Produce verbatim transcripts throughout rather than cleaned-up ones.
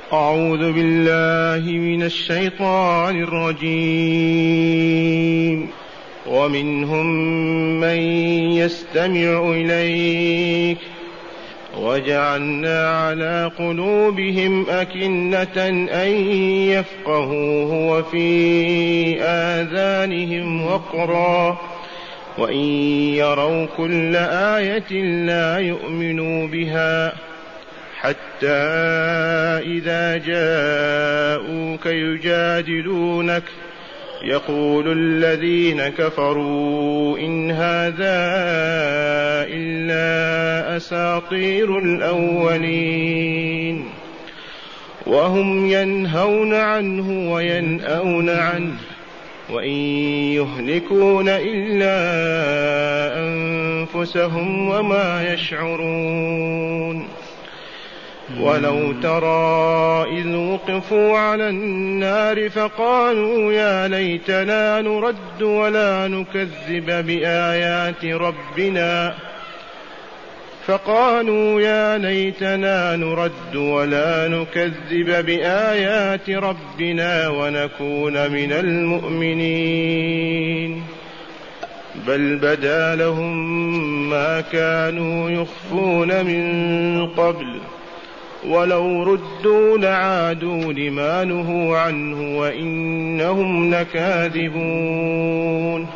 أعوذ بالله من الشيطان الرجيم. ومنهم من يستمع إليك وجعلنا على قلوبهم أكنة أن يفقهوه وفي آذانهم وقرا وإن يروا كل آية لا يؤمنوا بها حتى إذا جاءوك يجادلونك يقول الذين كفروا إن هذا إلا أساطير الأولين وهم ينهون عنه وينأون عنه وإن يهلكون إلا أنفسهم وما يشعرون. ولو ترى إذ وقفوا على النار فقالوا يا ليتنا نرد ولا نكذب بآيات ربنا فقالوا يا ليتنا نرد ولا نكذب بآيات ربنا ونكون من المؤمنين بل بدا لهم ما كانوا يخفون من قبل ولو ردوا لعادوا لما نهوا عنه وإنهم لكاذبون.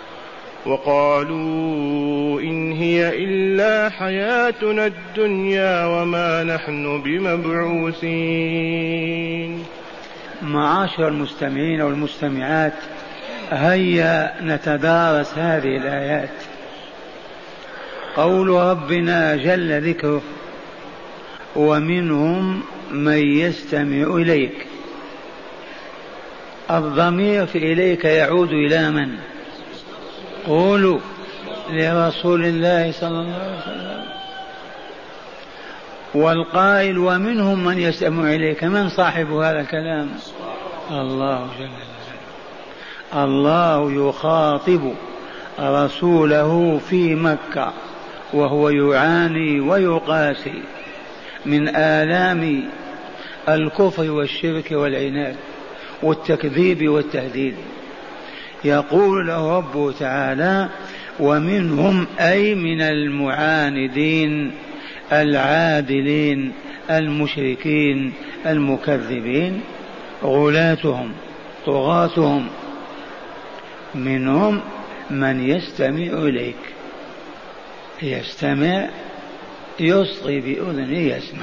وقالوا إن هي إلا حياتنا الدنيا وما نحن بمبعوثين. معاشر المستمعين والمستمعات، هيا نتدارس هذه الآيات. قول ربنا جل ذكره ومنهم من يستمع إليك. الضمير في إليك يعود إلى من؟ قولوا لرسول الله صلى الله عليه وسلم. والقائل ومنهم من يستمع إليك، من صاحب هذا الكلام؟ الله جل وعلا. الله يخاطب رسوله في مكة وهو يعاني ويقاسي من آلام الكفر والشرك والعناد والتكذيب والتهديد. يقول له ربه تعالى ومنهم أي من المعاندين العادلين المشركين المكذبين غلاتهم طغاتهم، منهم من يستمع إليك. يستمع يصغي بأذنه يسمع.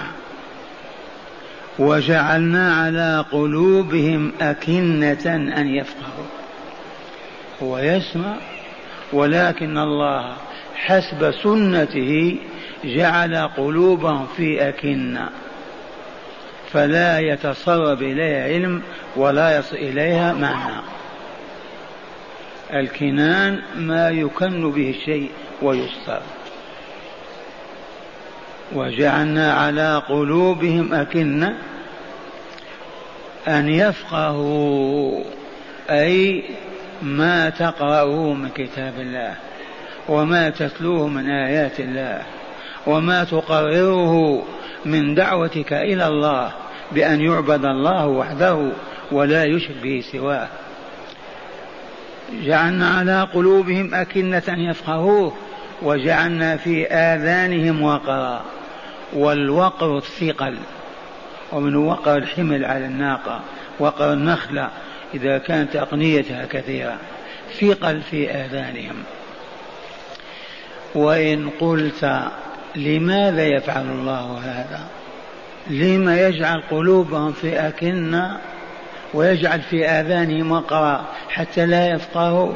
وجعلنا على قلوبهم أكنة أن يفقهوا. هو يسمع ولكن الله حسب سنته جعل قلوبهم في أكنة فلا يتصرف إليها علم ولا يصل إليها معنى. الكنان ما يكن به الشيء ويستر. وجعلنا على قلوبهم أكنة أن يفقهوا أي ما تقرأه من كتاب الله وما تتلوه من آيات الله وما تقرره من دعوتك إلى الله بأن يعبد الله وحده ولا يشرك به سواه. جعلنا على قلوبهم أكنة أن يفقهوه وجعلنا في آذانهم وقرا. والوقر الثقل، ومن وقر الحمل على الناقة وقر النخلة إذا كانت أقنيتها كثيرة، ثقل في آذانهم. وإن قلت لماذا يفعل الله هذا؟ لما يجعل قلوبهم في أكنة ويجعل في آذانهم وقرا حتى لا يفقهوا؟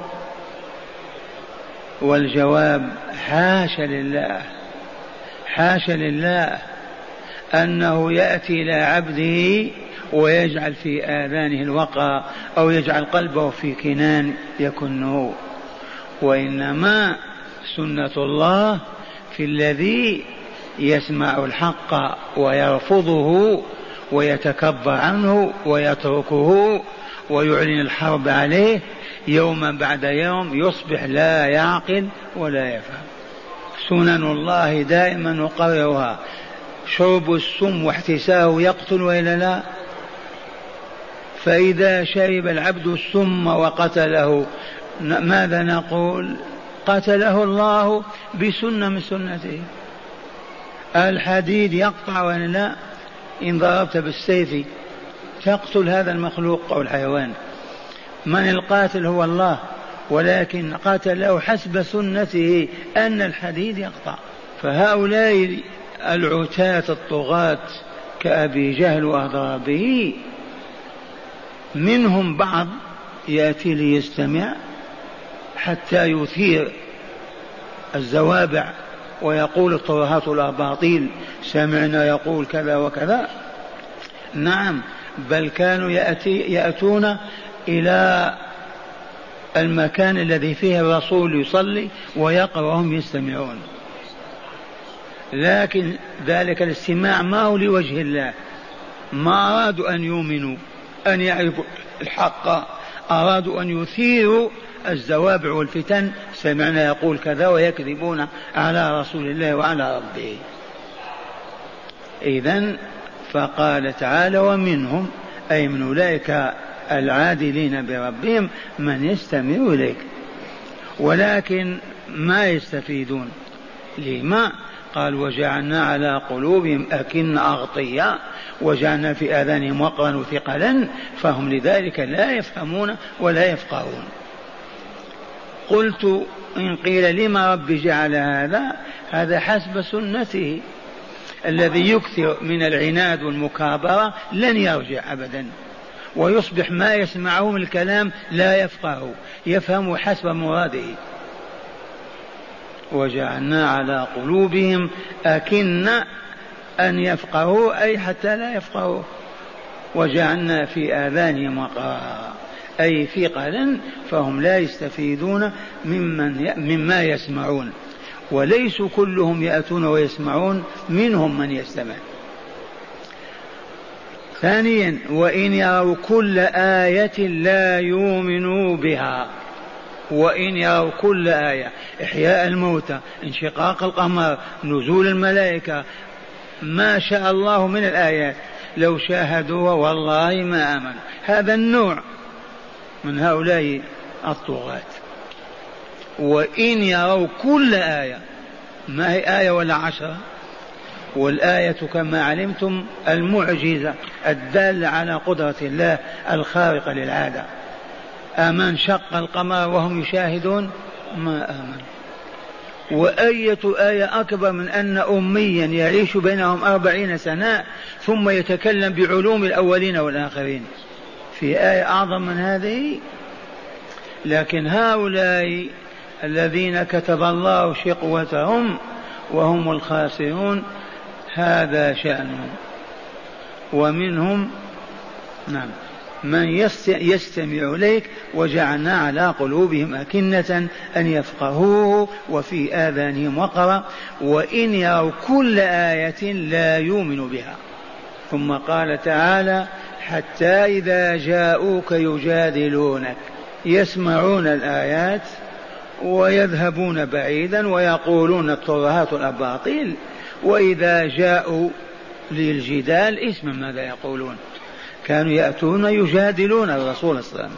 والجواب حاشا لله، حاشا لله أنه يأتي إلى عبده ويجعل في آذانه الوقر أو يجعل قلبه في كنان يكنه. وإنما سنة الله في الذي يسمع الحق ويرفضه ويتكبر عنه ويتركه ويعلن الحرب عليه يوما بعد يوم يصبح لا يعقل ولا يفهم. سنن الله دائما نقررها. شرب السم واحتساه يقتل وإلا لا؟ فإذا شرب العبد السم وقتله ماذا نقول؟ قتله الله بسنة من سنته. الحديد يقطع ولا لا؟ إن ضربت بالسيف تقتل هذا المخلوق أو الحيوان. من القاتل؟ هو الله، ولكن قتله حسب سنته أن الحديد يقطع. فهؤلاء العتاة الطغاة كأبي جهل وأضرابه منهم بعض يأتي ليستمع حتى يثير الزوابع ويقول الترهات والأباطيل سمعنا يقول كذا وكذا. نعم، بل كانوا يأتي يأتون إلى المكان الذي فيه الرسول يصلي ويقرأ وهم يستمعون، لكن ذلك الاستماع ما هو لوجه الله، ما أرادوا أن يؤمنوا أن يعرفوا الحق، أرادوا أن يثيروا الزوابع والفتن. سمعنا يقول كذا ويكذبون على رسول الله وعلى ربه. إذن فقال تعالى ومنهم أي من أولئك العادلين بربهم من يستمع إليك، ولكن ما يستفيدون. لما؟ قال وجعلنا على قلوبهم أكنة أغطية وجعلنا في آذانهم وقرا وثقلا فهم لذلك لا يفهمون ولا يفقهون. قلت إن قيل لما رب جعل هذا؟ هذا حسب سنته. الذي يكثر من العناد والمكابرة لن يرجع أبدا، ويصبح ما يسمعه من الكلام لا يفقه، يفهم حسب مراده. وجعلنا على قلوبهم أكنة أن يفقهوا أي حتى لا يفقهوا، وجعلنا في آذانهم وقرا أي ثقلا فهم لا يستفيدون ممن مما يسمعون. وليسوا كلهم يأتون ويسمعون، منهم من يستمع. ثانيا وإن يروا كل آية لا يؤمنوا بها. وإن يروا كل آية، إحياء الموتى، انشقاق القمر، نزول الملائكة، ما شاء الله من الآيات، لو شاهدوها والله ما آمن. هذا النوع من هؤلاء الطغاة. وإن يروا كل آية، ما هي آية ولا عشرة؟ والآية كما علمتم المعجزة الدالة على قدرة الله الخارقة للعادة. آمن شق القمر وهم يشاهدون؟ ما آمن. وأية آية أكبر من أن أميا يعيش بينهم أربعين سنة ثم يتكلم بعلوم الأولين والآخرين؟ في آية أعظم من هذه؟ لكن هؤلاء الذين كتب الله شقوتهم وهم الخاسرون هذا شأنهم. ومنهم نعم من يستمع إليك وجعلنا على قلوبهم أكنة أن يفقهوه وفي آذانهم وقرا وإن يروا كل آية لا يؤمنوا بها. ثم قال تعالى حتى إذا جاءوك يجادلونك، يسمعون الآيات ويذهبون بعيدا ويقولون الترهات والأباطيل، وإذا جاءوا للجدال اسم ماذا يقولون؟ كانوا يأتون يجادلون الرسول صلى الله عليه وسلم.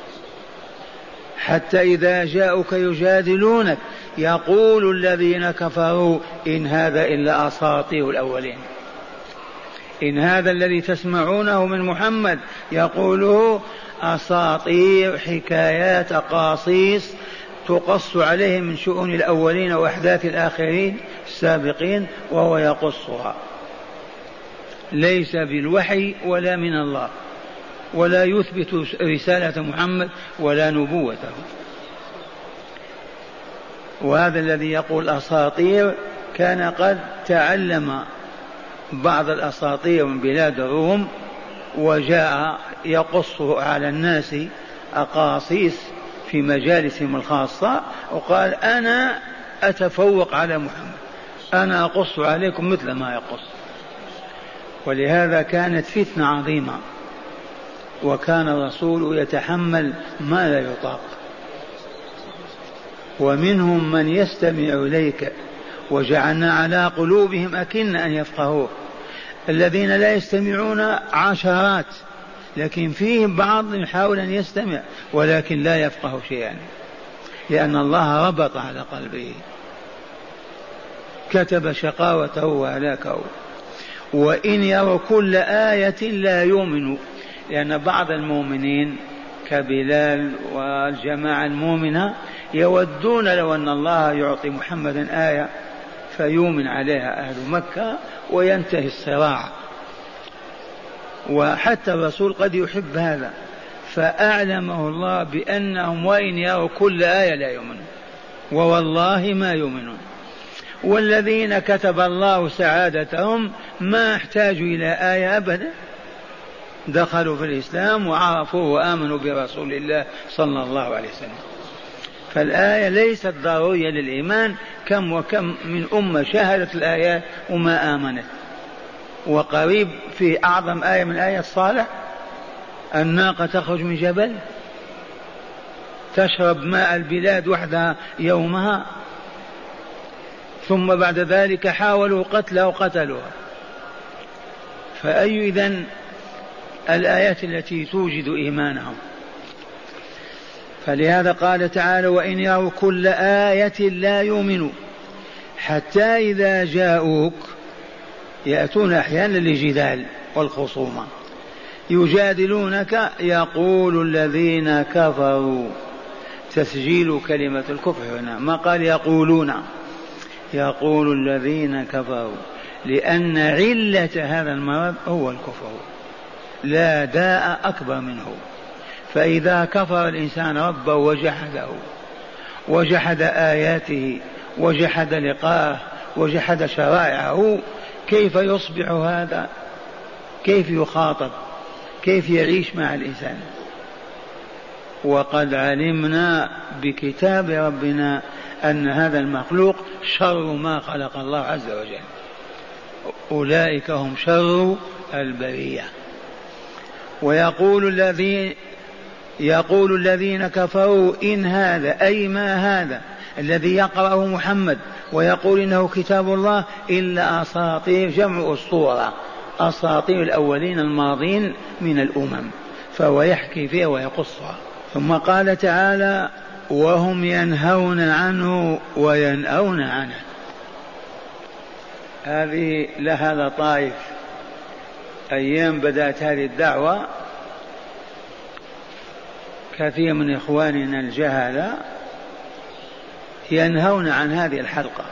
حتى إذا جاءوك يجادلونك يقول الذين كفروا إن هذا إلا أساطير الأولين. إن هذا الذي تسمعونه من محمد يقوله أساطير، حكايات، أقاصيص تقص عليهم من شؤون الأولين وأحداث الآخرين السابقين، وهو يقصها، ليس بالوحي ولا من الله، ولا يثبت رسالة محمد ولا نبوته. وهذا الذي يقول أساطير كان قد تعلم بعض الأساطير من بلاد الروم وجاء يقصه على الناس أقاصيص في مجالسهم الخاصة، وقال أنا أتفوق على محمد، أنا أقص عليكم مثل ما يقص. ولهذا كانت فتنة عظيمة، وكان الرسول يتحمل ما لا يطاق. ومنهم من يستمع إليك وجعلنا على قلوبهم أكنة أن يفقهوه الذين لا يستمعون عشرات، لكن فيهم بعض يحاول أن يستمع ولكن لا يفقه شيئا، لأن الله ربط على قلبه، كتب شقاوته وهلاكه. وإن يروا كل آية لا يؤمنوا، لأن بعض المؤمنين كبلال والجماعة المؤمنة يودون لو أن الله يعطي محمدا آية فيؤمن عليها أهل مكة وينتهي الصراع، وحتى الرسول قد يحب هذا، فأعلمه الله بأنهم وإن يروا كل آية لا يؤمنون، ووالله ما يؤمنون. والذين كتب الله سعادتهم ما احتاجوا إلى آية أبدا، دخلوا في الإسلام وعرفوه وآمنوا برسول الله صلى الله عليه وسلم. فالآية ليست ضرورية للإيمان، كم وكم من أمة شاهدت الآيات وما آمنت. وقريب في أعظم آية من آية الصالح، الناقة تخرج من جبل تشرب ماء البلاد وحدها يومها، ثم بعد ذلك حاولوا قتلها وقتلوها. فأي إذن الآيات التي توجد إيمانهم. فلهذا قال تعالى وإن يروا كل آية لا يؤمنوا حتى إذا جاءوك، يأتون أحيانا للجدال والخصومة، يجادلونك يقول الذين كفروا، تسجيل كلمة الكفر هنا، ما قال يقولون، يقول الذين كفروا، لأن علة هذا المرض هو الكفر، لا داء أكبر منه. فإذا كفر الإنسان ربه وجحده وجحد آياته وجحد لقاه وجحد شرائعه، كيف يصبح هذا؟ كيف يخاطب؟ كيف يعيش مع الإنسان؟ وقد علمنا بكتاب ربنا أن هذا المخلوق شر ما خلق الله عز وجل، أولئك هم شر البرية. ويقول الذين يقول الذين كفروا إن هذا، أي ما هذا الذي يقرأه محمد ويقول إنه كتاب الله، إلا أساطير، جمع أسطورة، أساطير الأولين الماضين من الأمم، فهو يحكي فيها ويقصها. ثم قال تعالى وهم ينهون عنه وينأون عنه. هذه لها لطائف. أيام بدأت هذه الدعوة كثير من إخواننا الجهلة ينهون عن هذه الحلقة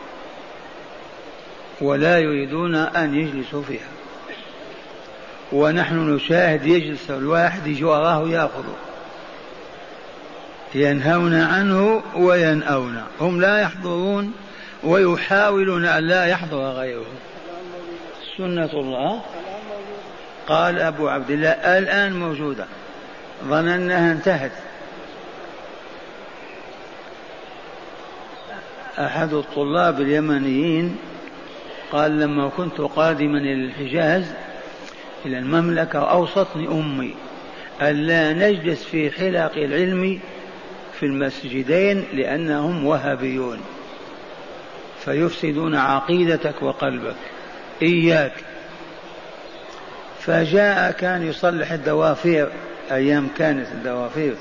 ولا يريدون أن يجلسوا فيها، ونحن نشاهد يجلس الواحد يجي وراه يأخذه. ينهون عنه وينأون، هم لا يحضرون ويحاولون أن لا يحضر غيرهم. سنة الله. قال أبو عبد الله الآن موجودة، ظنناها انتهت. أحد الطلاب اليمنيين قال لما كنت قادما إلى الحجاز إلى المملكة أوصتني أمي ألا نجلس في حلق العلم في المسجدين لأنهم وهابيون فيفسدون عقيدتك وقلبك، إياك. فجاء كان يصلح الدوافير، أيام كانت الدوافير،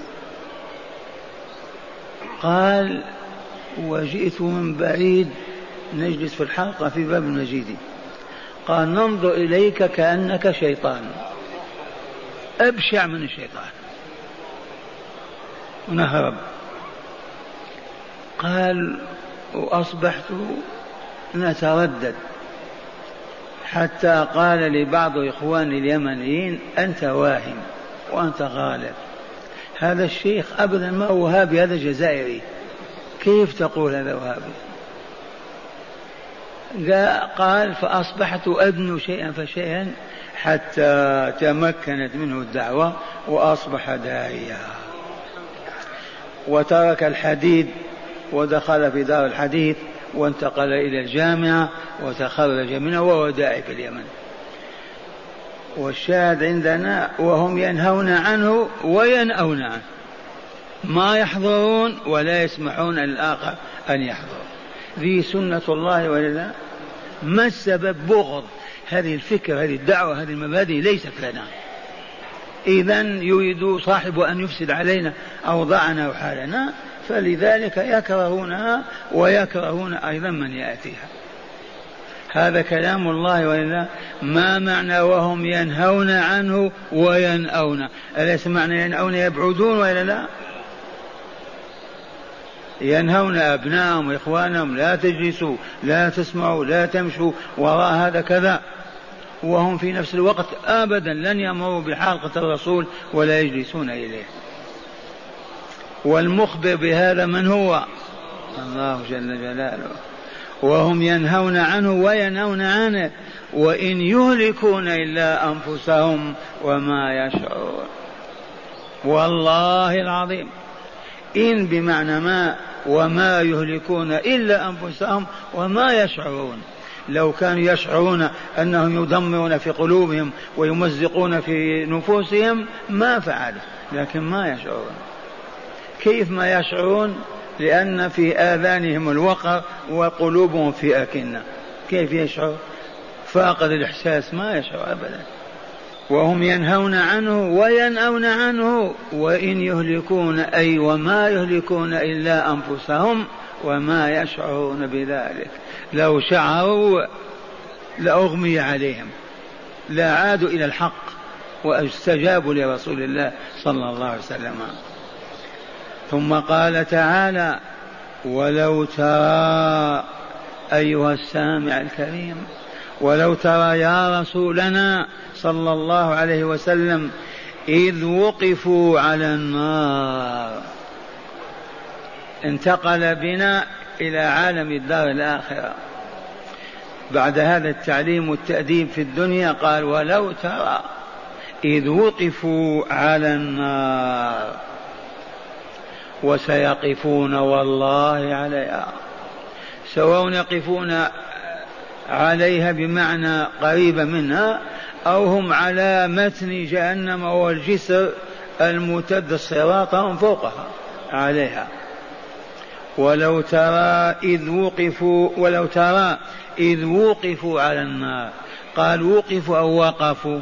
قال وجئت من بعيد نجلس في الحلقة في باب المجيد، قال ننظر إليك كأنك شيطان، أبشع من الشيطان، ونهرب. قال وأصبحت نتردد حتى قال لبعض إخواني اليمنيين أنت واهم وأنت غالب، هذا الشيخ أبدا ما هو وهابي، هذا جزائري، كيف تقول هذا وهابي؟ قال فأصبحت أدنو شيئا فشيئا حتى تمكنت منه الدعوة وأصبح داعيا، وترك الحديد ودخل في دار الحديث وانتقل إلى الجامعة وتخرج منها وهو داعي في اليمن. والشاهد عندنا وهم ينهون عنه وينأون عنه، ما يحضرون ولا يسمحون للآخر أن يحضر. ذي سنة الله ولا لا؟ ما السبب؟ بغض، هذه الفكرة، هذه الدعوة، هذه المبادئ ليست لنا. إذن يريد صاحب أن يفسد علينا أوضاعنا وحالنا، فلذلك يكرهونها ويكرهون أيضا من يأتيها. هذا كلام الله وإلا ما معنى وهم ينهون عنه وينأون؟ أليس معنى ينأون يبعدون وإلا لا؟ ينهون أبنائهم وإخوانهم لا تجلسوا لا تسمعوا لا تمشوا وراء هذا كذا، وهم في نفس الوقت أبدا لن يمروا بحلقة الرسول ولا يجلسون إليه. والمخبر بهذا من هو؟ الله جل جلاله. وهم ينهون عنه وينهون عنه وإن يهلكون إلا أنفسهم وما يشعرون. والله العظيم إن بمعنى ما، وما يهلكون إلا أنفسهم وما يشعرون. لو كانوا يشعرون أنهم يدمرون في قلوبهم ويمزقون في نفوسهم ما فعلوا، لكن ما يشعرون. كيف ما يشعرون؟ لأن في آذانهم الوقر وقلوبهم في أكنة. كيف يشعر؟ فاقد الإحساس ما يشعر أبدا. وهم ينهون عنه وينأون عنه وإن يهلكون أي وما يهلكون إلا أنفسهم وما يشعرون بذلك. لو شعروا لأغمي عليهم، لا عادوا إلى الحق واستجابوا لرسول الله صلى الله عليه وسلم. ثم قال تعالى: ولو ترى أيها السامع الكريم، ولو ترى يا رسولنا صلى الله عليه وسلم إذ وقفوا على النار. انتقل بنا إلى عالم الدار الآخرة. بعد هذا التعليم والتأديب في الدنيا قال: ولو ترى إذ وقفوا على النار وسيقفون والله عليها، سواء يقفون عليها بمعنى قريبة منها أو هم على متن جهنم والجسر الممتد الصراط هم فوقها عليها. ولو ترى إذ وقفوا ولو ترى إذ وقفوا على النار. قال وقفوا أو وقفوا؟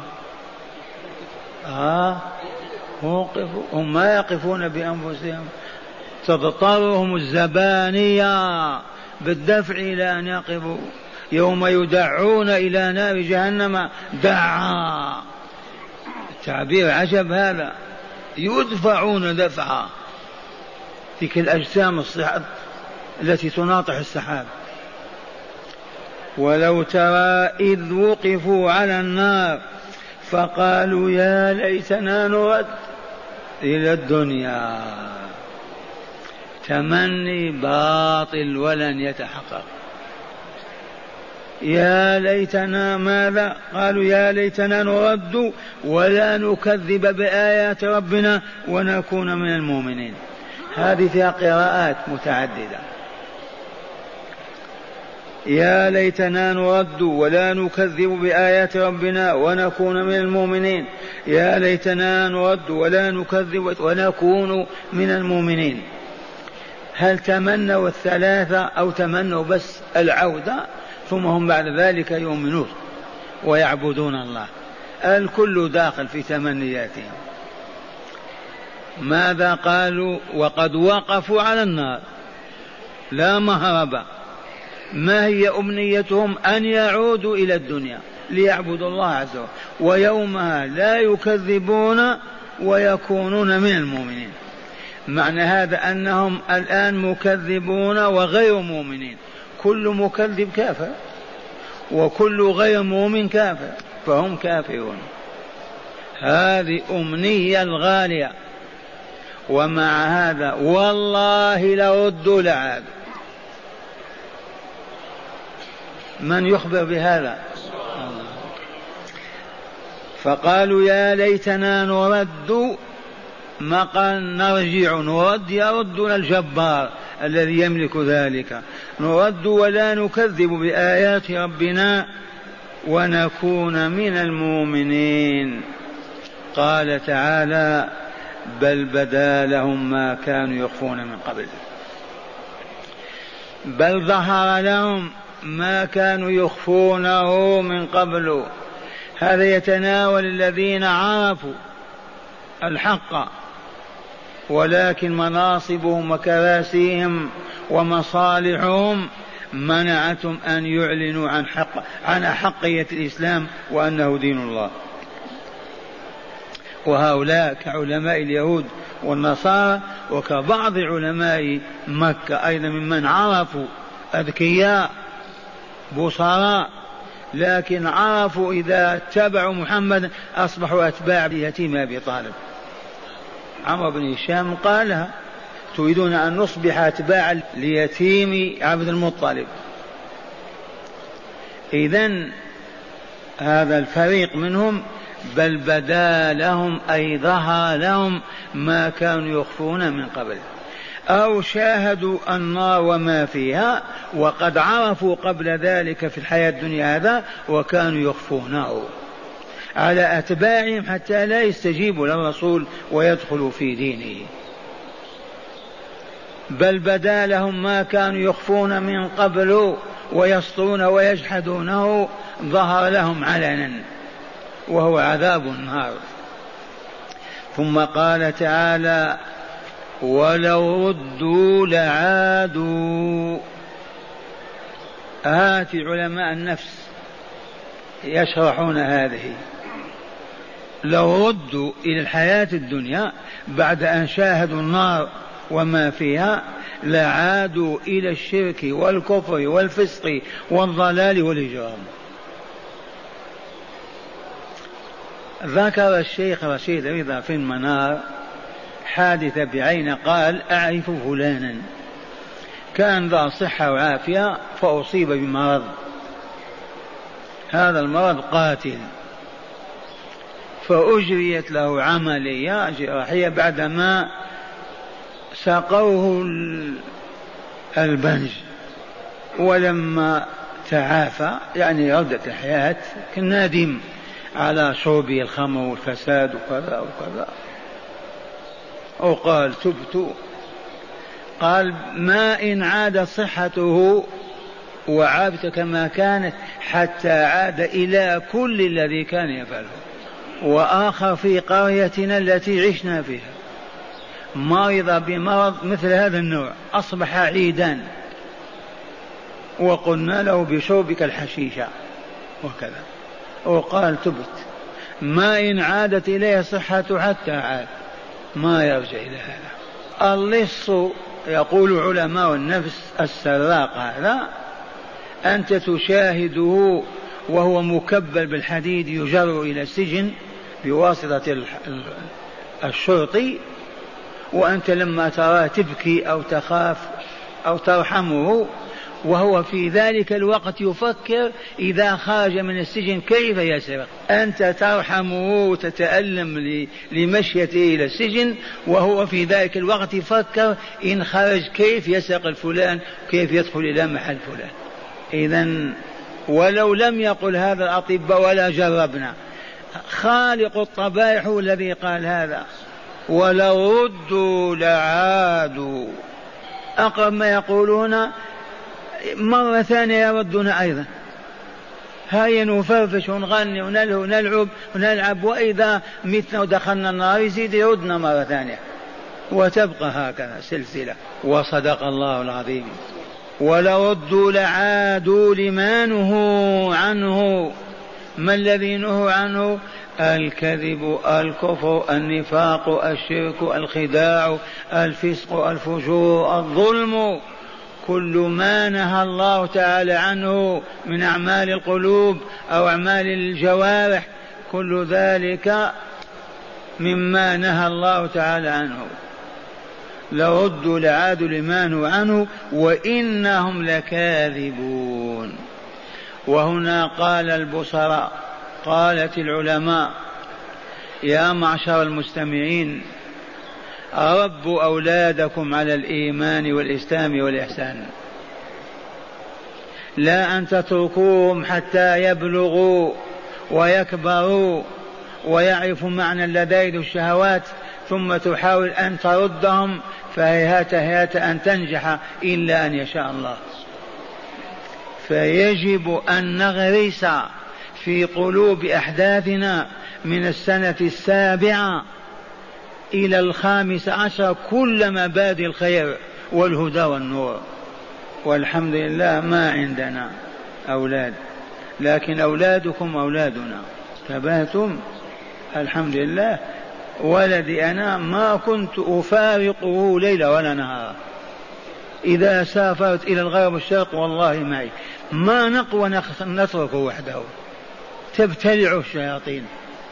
آه وقفوا. هم ما يقفون بأنفسهم، تضطرهم الزبانية بالدفع إلى أن يقفوا. يوم يدعون إلى نار جهنم دعا، تعبير عجب هذا، يدفعون دفعا، تلك الأجسام الصحاب التي تناطح السحاب. ولو ترى إذ وقفوا على النار فقالوا يا ليتنا نرد إلى الدنيا. تمني باطل ولن يتحقق. يا ليتنا ماذا؟ قالوا يا ليتنا نرد ولا نكذب بآيات ربنا ونكون من المؤمنين. هذه فيها قراءات متعددة. يا ليتنا نرد ولا نكذب بآيات ربنا ونكون من المؤمنين. يا ليتنا نرد ولا نكذب ونكون من المؤمنين. هل تمنوا الثلاثة أو تمنوا بس العودة ثم هم بعد ذلك يؤمنون ويعبدون الله؟ الكل داخل في تمنياتهم. ماذا قالوا؟ وقد وقفوا على النار لا مهرب. ما هي أمنيتهم؟ أن يعودوا إلى الدنيا ليعبدوا الله عز وجل، ويومها لا يكذبون ويكونون من المؤمنين. معنى هذا أنهم الآن مكذبون وغير مؤمنين. كل مكذب كافر وكل غير مؤمن كافر، فهم كافرون. هذه أمنية الغالية. ومع هذا والله لردوا لعاد. من يخبر بهذا؟ فقالوا يا ليتنا نرد، ما قال نرجع، نرد يردنا الجبار الذي يملك ذلك. نرد ولا نكذب بآيات ربنا ونكون من المؤمنين. قال تعالى بل بدا لهم ما كانوا يخفون من قبل. بل ظهر لهم ما كانوا يخفونه من قبل. هذا يتناول الذين عرفوا الحق ولكن مناصبهم وكراسيهم ومصالحهم منعتهم أن يعلنوا عن حق عن أحقية الإسلام وأنه دين الله. وهؤلاء كعلماء اليهود والنصارى وكبعض علماء مكة أيضا ممن عرفوا أذكياء بصراء لكن عرفوا إذا اتبعوا محمد أصبحوا أتباع يتيم أبي طالب. عمرو بن هشام قالها: تريدون أن نصبح أتباعا ليتيم عبد المطلب. إذن هذا الفريق منهم بل بدا لهم أي ظهر لهم ما كانوا يخفون من قبل، أو شاهدوا النار وما فيها وقد عرفوا قبل ذلك في الحياة الدنيا هذا وكانوا يخفونه على أتباعهم حتى لا يستجيبوا للرسول ويدخلوا في دينه. بل بدا لهم ما كانوا يخفون من قبل ويسطون ويجحدونه ظهر لهم علنا وهو عذاب النار. ثم قال تعالى: ولو ردوا لعادوا. هات علماء النفس يشرحون هذه. لو ردوا إلى الحياة الدنيا بعد أن شاهدوا النار وما فيها لعادوا إلى الشرك والكفر والفسق والضلال والإجرام. ذكر الشيخ رشيد رضا في المنار حادثة بعين، قال: أعرف فلانا كان ذا صحة وعافية فأصيب بمرض، هذا المرض قاتل، فأجريت له عملية جراحية بعدما سقوه البنج، ولما تعافى يعني ردت الحياة كان نادم على شربه الخمر والفساد وكذا وكذا، وقال: تبت. قال: ما إن عاد صحته وعابت كما كانت حتى عاد إلى كل الذي كان يفعله. وآخر في قريتنا التي عشنا فيها مرض بمرض مثل هذا النوع، أصبح عيدان، وقلنا له بشربك الحشيشة وكذا، وقال: تبت. ما إن عادت إليه صحته حتى عاد ما يرجع إلى هذا. اللص يقول علماء النفس السراق هذا أنت تشاهده وهو مكبل بالحديد يجر إلى السجن بواسطة الشرطي، وأنت لما تراه تبكي أو تخاف أو ترحمه، وهو في ذلك الوقت يفكر إذا خرج من السجن كيف يسرق. أنت ترحمه وتتألم لمشيته إلى السجن، وهو في ذلك الوقت يفكر إن خرج كيف يسرق الفلان كيف يدخل إلى محل فلان. إذن ولو لم يقل هذا الأطباء ولا جربنا، خالق الطبائع هو الذي قال هذا. ولو ردوا لعادوا. أقرب ما يقولون مرة ثانية يردنا أيضا، هيا نفرفش ونغني ونلهو ونلعب ونلعب، وإذا متنا ودخلنا النار يزيد يردنا مرة ثانية، وتبقى هكذا سلسلة. وصدق الله العظيم. ولو ردوا لعادوا لما نهوا عنه. ما الذي نهوا عنه؟ الكذب، الكفر، النفاق، الشرك، الخداع، الفسق، الفجور، الظلم، كل ما نهى الله تعالى عنه من أعمال القلوب أو أعمال الجوارح، كل ذلك مما نهى الله تعالى عنه. لو ردوا لعادوا لما نهوا عنه وإنهم لكاذبون. وهنا قال البصراء، قالت العلماء: يا معشر المستمعين، ربوا أولادكم على الإيمان والإسلام والإحسان، لا أن تتركوهم حتى يبلغوا ويكبروا ويعرفوا معنى اللذائذ الشهوات ثم تحاول أن تردهم، فهيهات هيهات أن تنجح إلا أن يشاء الله. فيجب أن نغرس في قلوب أحداثنا من السنة السابعة إلى الخامس عشر كل مبادئ الخير والهدى والنور. والحمد لله ما عندنا أولاد، لكن أولادكم أولادنا. تبهتم؟ الحمد لله. ولدي أنا ما كنت أفارقه ليلة ولا نهار، إذا سافرت إلى الغرب والشرق والله معي، ما نقوى نتركه وحده، تبتلع الشياطين.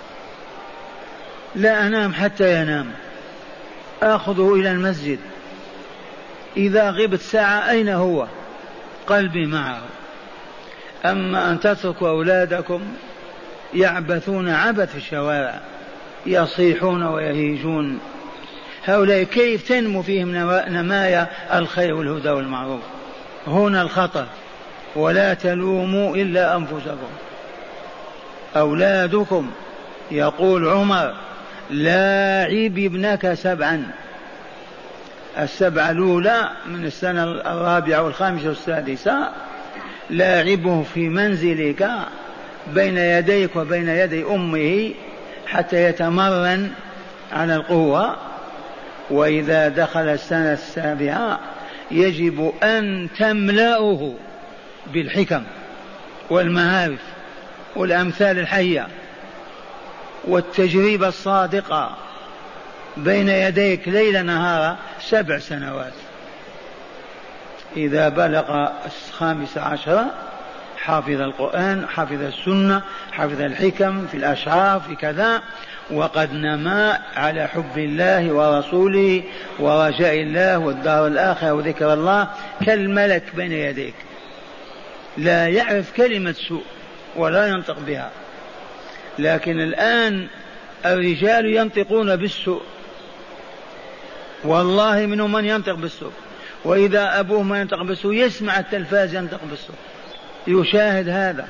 لا أنام حتى ينام، آخذه إلى المسجد، إذا غبت ساعة أين هو؟ قلبي معه. أما أن تتركوا أولادكم يعبثون عبث في الشوارع، يصيحون ويهيجون، هؤلاء كيف تنمو فيهم نمايا الخير والهدى والمعروف؟ هنا الخطر. ولا تلوموا إلا أنفسكم. أولادكم، يقول عمر: لاعب ابنك سبعا. السبعة الأولى من السنة الرابعة والخامسة والسادسة لاعبه في منزلك بين يديك وبين يدي أمه حتى يتمرن على القوة. وإذا دخل السنة السابعة يجب أن تملأه بالحكم والمعارف والأمثال الحية والتجربة الصادقة بين يديك ليل نهار سبع سنوات. إذا بلغ الخامس عشر حافظ القرآن، حافظ السنة، حافظ الحكم في الأشعار في كذا، وقد نما على حب الله ورسوله ورجاء الله والدار الآخرة وذكر الله كالملك بين يديك، لا يعرف كلمة سوء ولا ينطق بها. لكن الآن الرجال ينطقون بالسوء، والله منهم من ينطق بالسوء، وإذا أبوه ما ينطق بالسوء يسمع التلفاز ينطق بالسوء، يشاهد هذا.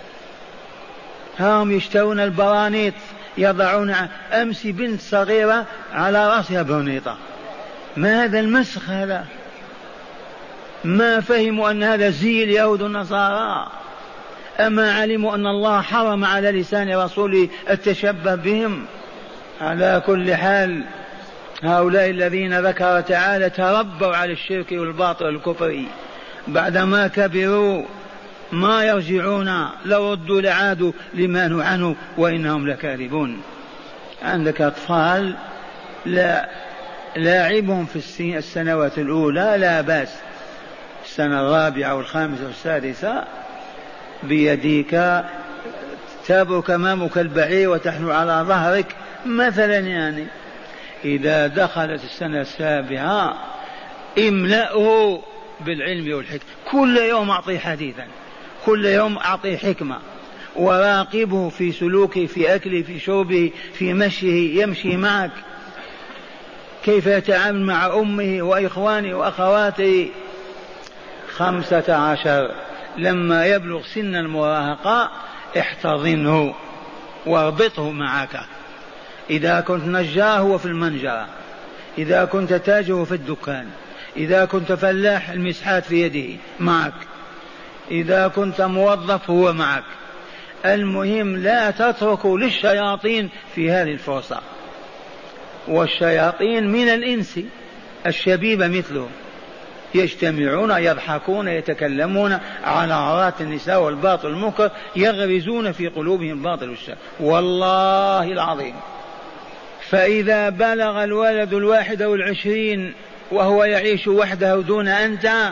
هم يشترون البرانيط يضعون. أمس بنت صغيرة على رأسها برنيطة، ما هذا المسخ هذا؟ ما فهموا أن هذا زي اليهود والنصارى، أما علموا أن الله حرم على لسان رسوله التشبه بهم. على كل حال هؤلاء الذين ذكر تعالى تربوا على الشرك والباطل والكفر، بعدما كبروا ما يرجعون، لو ردوا لعادوا لما نهوا عنه وإنهم لكاذبون. عندك أطفال لا لاعبهم في السنوات الأولى لا بأس، السنة الرابعة والخامسة والسادسة بيديك تابك أمامك البعير وتحنو على ظهرك مثلا. يعني إذا دخلت السنة السابعة املأه بالعلم والحكمة، كل يوم أعطيه حديثا، كل يوم أعطيه حكمة، وراقبه في سلوكه، في أكله، في شربه، في مشيه، يمشي معك كيف يتعامل مع أمه وإخوانه وأخواته. خمسة عشر لما يبلغ سن المراهقة احتضنه واربطه معك. إذا كنت نجار هو في المنجرة، إذا كنت تاجر في الدكان، إذا كنت فلاح المسحات في يده معك، إذا كنت موظف هو معك. المهم لا تتركوا للشياطين في هذه الفرصة. والشياطين من الإنس الشبيبة مثله، يجتمعون يضحكون يتكلمون على عورات النساء والباطل والمنكر، يغرزون في قلوبهم الباطل والشر والله العظيم. فإذا بلغ الولد الواحد والعشرين وهو يعيش وحده دون أنت،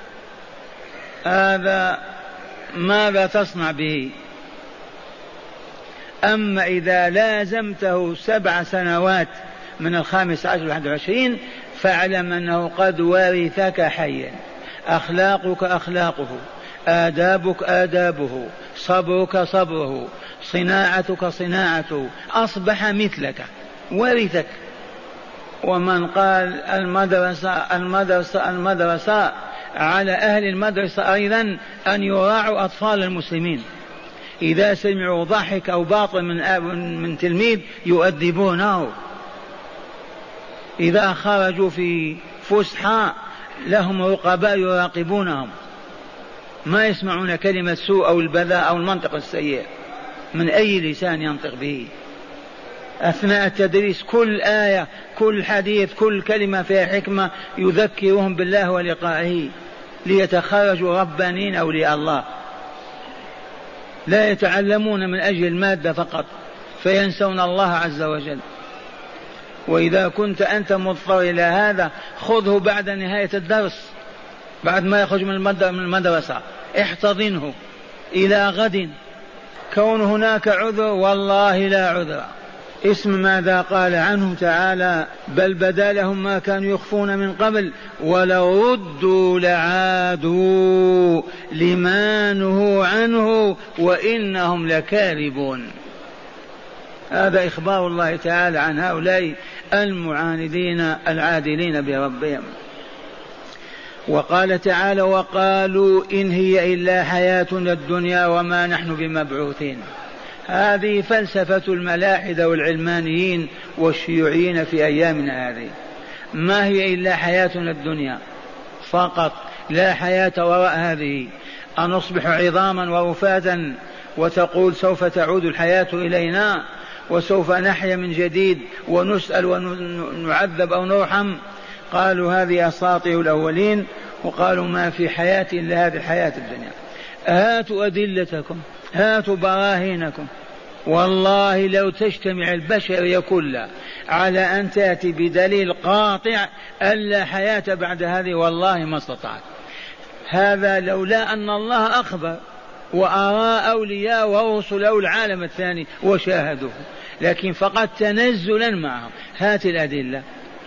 هذا ماذا تصنع به؟ أما إذا لازمته سبع سنوات من الخامس عشر لحد العشرين فاعلم أنه قد ورثك حيا، أخلاقك أخلاقه، آدابك آدابه، صبرك صبره، صناعتك صناعته، أصبح مثلك ورثك. ومن قال المدرسة المدرسة المدرسة على أهل المدرسة أيضا أن يراعوا أطفال المسلمين، إذا سمعوا ضحك أو باطل من من تلميذ يؤدبونه، إذا خرجوا في فسحة لهم رقباء يراقبونهم. ما يسمعون كلمة سوء أو البذاء أو المنطق السيء من أي لسان ينطق به. أثناء التدريس كل آية كل حديث كل كلمة فيها حكمة يذكرهم بالله ولقائه ليتخرجوا ربانين أولياء الله، لا يتعلمون من أجل المادة فقط فينسون الله عز وجل. وإذا كنت أنت مضطر إلى هذا خذه بعد نهاية الدرس، بعد ما يخرج من المدرسة احتضنه إلى غد. كون هناك عذر والله لا عذر. اسم ماذا قال عنه تعالى بل بدا لهم ما كانوا يخفون من قبل ولو ردوا لعادوا لما نهوا عنه وإنهم لكاذبون. هذا إخبار الله تعالى عن هؤلاء المعاندين العادلين بربهم. وقال تعالى وقالوا إن هي إلا حياتنا الدنيا وما نحن بمبعوثين. هذه فلسفة الملاحدة والعلمانيين والشيوعيين في أيامنا هذه. ما هي إلا حياتنا الدنيا فقط، لا حياة وراء هذه. أن نصبح عظاما ورفاتا وتقول سوف تعود الحياة إلينا وسوف نحيا من جديد ونسأل ونعذب أو نرحم. قالوا هذه أساطير الأولين، وقالوا ما في حياة إلا هذه الحياة الدنيا. هاتوا أدلتكم، هاتوا براهينكم. والله لو تجتمع البشرية كلها على أن تأتي بدليل قاطع ألا حياة بعد هذه والله ما استطعت. هذا لولا أن الله أخبر وأرى أولياء ورسله العالم الثاني وشاهدوه، لكن فقط تنزلا معهم. هات الأدلة.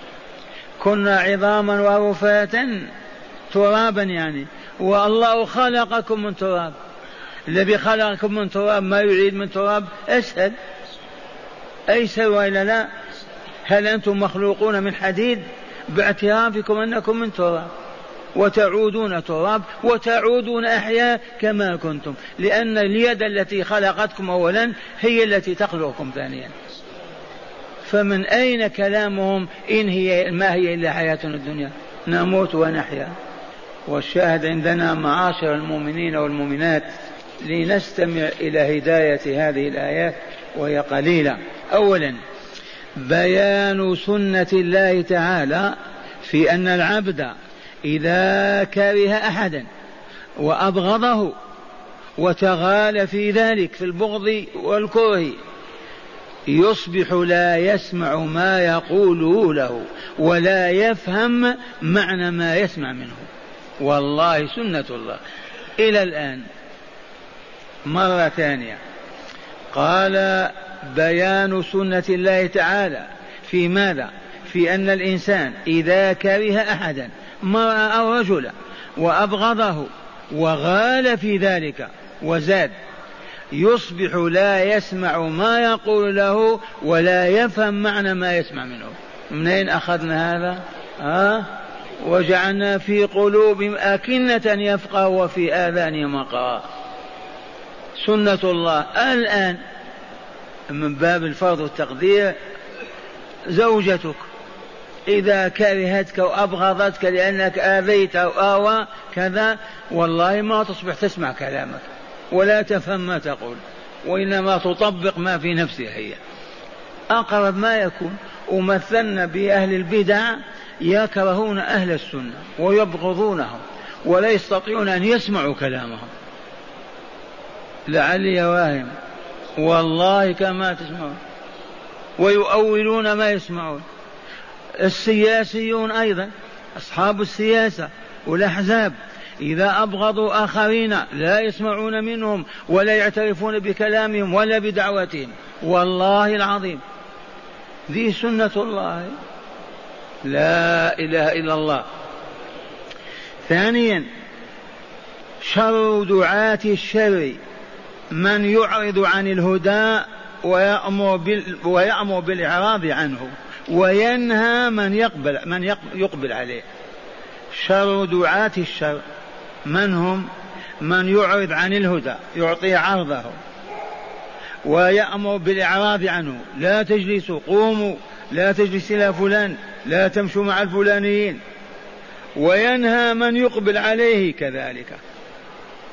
كنا عظاما ورفاتا ترابا يعني، والله خلقكم من تراب. الذي خلقكم من تراب ما يعيد من تراب أسهل أيسر وإلا لا؟ هل أنتم مخلوقون من حديد باعترافكم أنكم من تراب وتعودون تراب وتعودون أحياء كما كنتم، لأن اليد التي خلقتكم أولا هي التي تخلقكم ثانيا. فمن أين كلامهم إن هي ما هي إلا حياتنا الدنيا نموت ونحيا؟ والشاهد عندنا معاشر المؤمنين والمؤمنات لنستمع إلى هداية هذه الآيات وهي قليلة. أولا بيان سنة الله تعالى في أن العبد إذا كره أحدا وأبغضه وتغال في ذلك في البغض والكره يصبح لا يسمع ما يقوله له ولا يفهم معنى ما يسمع منه. والله سنة الله إلى الآن. مرة ثانية قال بيان سنة الله تعالى في ماذا؟ في أن الإنسان إذا كره أحدا مرأة أو رجلا وأبغضه وغال في ذلك وزاد يصبح لا يسمع ما يقول له ولا يفهم معنى ما يسمع منه. منين أخذنا هذا؟ ها؟ وجعلنا في قلوبهم أكنة يفقه وفي آذانهم وقرا. سنة الله الآن من باب الفرض والتقدير. زوجتك إذا كرهتك وأبغضتك لأنك آذيت أو آوى كذا والله ما تصبح تسمع كلامك ولا تفهم ما تقول، وإنما تطبق ما في نفسها هي. أقرب ما يكون. ومثلنا بأهل البدع يكرهون أهل السنة ويبغضونهم ولا يستطيعون أن يسمعوا كلامهم. لعلي واهم والله كما تسمعون ويؤولون ما يسمعون. السياسيون أيضا أصحاب السياسة والأحزاب إذا أبغضوا آخرين لا يسمعون منهم ولا يعترفون بكلامهم ولا بدعوتهم. والله العظيم ذي سنة الله لا إله إلا الله. ثانيا شر دعاة الشر من يعرض عن الهدى ويأمر, بال ويأمر بالإعراض عنه وينهى من يقبل, من يقبل عليه. شر دعاة الشر من هم؟ من يعرض عن الهدى يعطي عرضه ويأمر بالإعراض عنه. لا تجلسوا، قوموا، لا تجلس إلى فلان، لا تمشوا مع الفلانيين. وينهى من يقبل عليه كذلك.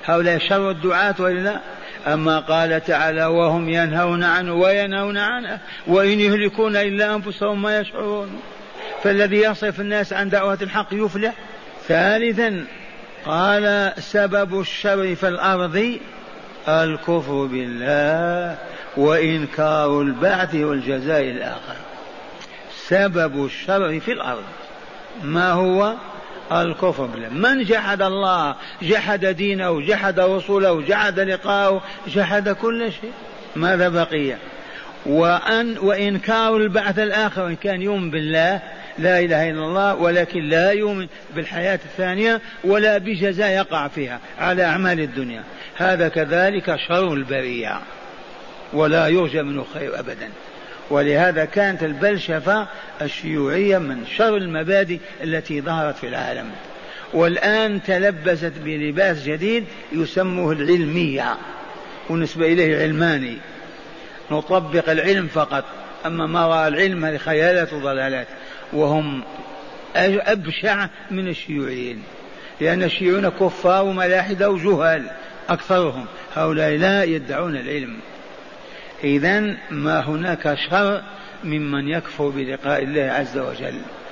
هؤلاء شر الدعاة وإلا. أما قال تعالى وهم ينهون عنه وينهون عنه وإن يهلكون إلا أنفسهم ما يشعرون. فالذي يصرف الناس عن دعوة الحق يفلح. ثالثا قال سبب الشر في الأرض الكفر بالله وإنكار البعث والجزاء الآخر. سبب الشر في الأرض ما هو؟ الكفر بالله. من جحد الله جحد دينه جحد رسوله جحد لقاءه جحد كل شيء. ماذا بقي؟ وأن وإنكار البعث الآخر. إن كان يؤمن بالله لا إله إلا الله ولكن لا يؤمن بالحياة الثانية ولا بجزاء يقع فيها على أعمال الدنيا، هذا كذلك شر البرية ولا يرجى منه خير أبدا. ولهذا كانت البلشفة الشيوعية من شر المبادئ التي ظهرت في العالم، والآن تلبست بلباس جديد يسموه العلمية ونسبة إليه علماني. نطبق العلم فقط، أما ما وراء العلم هذه خيالات وضلالات، وهم أبشع من الشيوعيين، لأن الشيوعيون كفار وملاحدة وجهال أكثرهم، هؤلاء لا يدعون العلم. إذن ما هناك شر ممن يكفر بلقاء الله عز وجل.